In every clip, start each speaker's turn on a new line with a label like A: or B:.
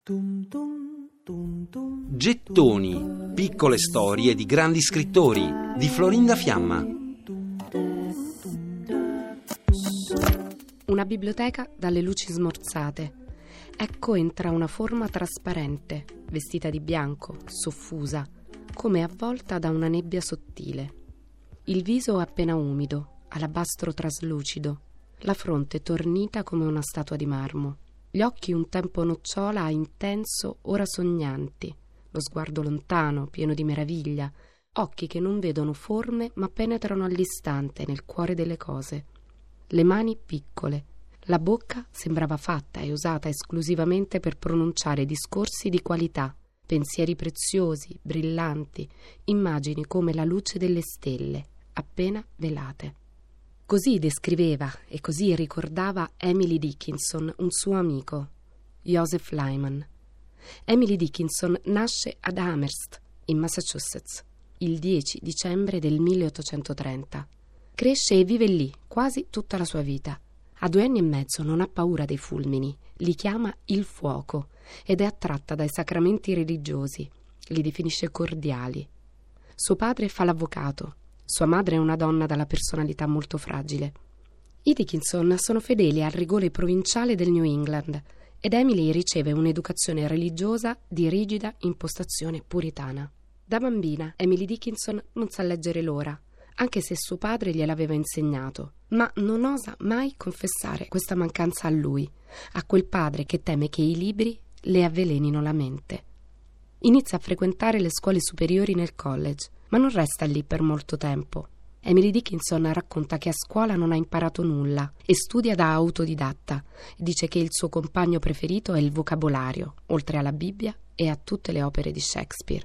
A: Gettoni, piccole storie di grandi scrittori di Florinda Fiamma.
B: Una biblioteca dalle luci smorzate. Ecco entra una forma trasparente, vestita di bianco, soffusa, come avvolta da una nebbia sottile. Il viso appena umido, alabastro traslucido, la fronte tornita come una statua di marmo. Gli occhi un tempo nocciola, intenso, ora sognanti, lo sguardo lontano, pieno di meraviglia, occhi che non vedono forme ma penetrano all'istante nel cuore delle cose. Le mani piccole, la bocca sembrava fatta e usata esclusivamente per pronunciare discorsi di qualità, pensieri preziosi, brillanti, immagini come la luce delle stelle, appena velate. Così descriveva e così ricordava Emily Dickinson, un suo amico, Joseph Lyman. Emily Dickinson nasce ad Amherst, in Massachusetts, il 10 dicembre del 1830. Cresce e vive lì quasi tutta la sua vita. A 2 anni e mezzo non ha paura dei fulmini, li chiama il fuoco ed è attratta dai sacramenti religiosi, li definisce cordiali. Suo padre fa l'avvocato. Sua madre è una donna dalla personalità molto fragile. I Dickinson sono fedeli al rigore provinciale del New England ed Emily riceve un'educazione religiosa di rigida impostazione puritana. Da bambina Emily Dickinson non sa leggere l'ora, anche se suo padre gliel'aveva insegnato, ma non osa mai confessare questa mancanza a lui, a quel padre che teme che i libri le avvelenino la mente. Inizia a frequentare le scuole superiori nel college, ma non resta lì per molto tempo. Emily Dickinson racconta che a scuola non ha imparato nulla e studia da autodidatta. Dice che il suo compagno preferito è il vocabolario, oltre alla Bibbia e a tutte le opere di Shakespeare.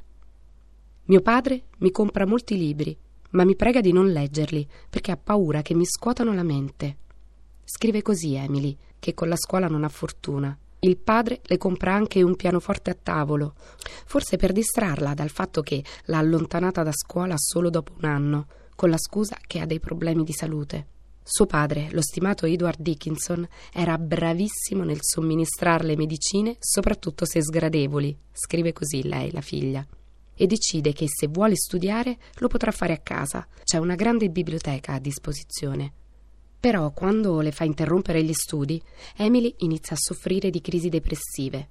B: Mio padre mi compra molti libri, ma mi prega di non leggerli perché ha paura che mi scuotano la mente. Scrive così Emily, che con la scuola non ha fortuna. Il padre le compra anche un pianoforte a tavolo, forse per distrarla dal fatto che l'ha allontanata da scuola solo dopo 1 anno, con la scusa che ha dei problemi di salute. Suo padre, lo stimato Edward Dickinson, era bravissimo nel somministrarle medicine, soprattutto se sgradevoli, scrive così lei, la figlia, e decide che se vuole studiare lo potrà fare a casa, c'è una grande biblioteca a disposizione. Però quando le fa interrompere gli studi, Emily inizia a soffrire di crisi depressive.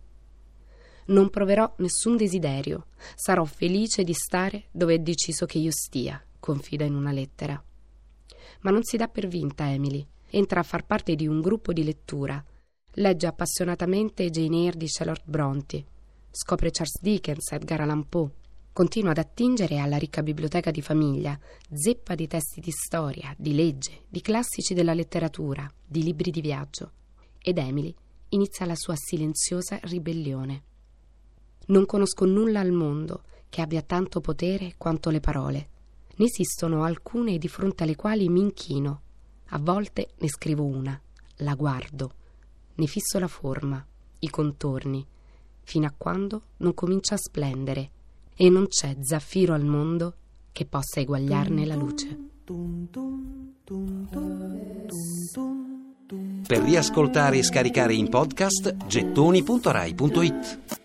B: Non proverò nessun desiderio, sarò felice di stare dove è deciso che io stia, confida in una lettera. Ma non si dà per vinta Emily, entra a far parte di un gruppo di lettura, legge appassionatamente Jane Eyre di Charlotte Brontë, scopre Charles Dickens, Edgar Allan Poe. Continua ad attingere alla ricca biblioteca di famiglia, zeppa di testi di storia, di legge, di classici della letteratura, di libri di viaggio. Ed Emily inizia la sua silenziosa ribellione. Non conosco nulla al mondo che abbia tanto potere quanto le parole. Ne esistono alcune di fronte alle quali mi inchino. A volte ne scrivo una, la guardo, ne fisso la forma, i contorni, fino a quando non comincia a splendere. E non c'è zaffiro al mondo che possa eguagliarne la luce.
A: Per riascoltare e scaricare in podcast gettoni.rai.it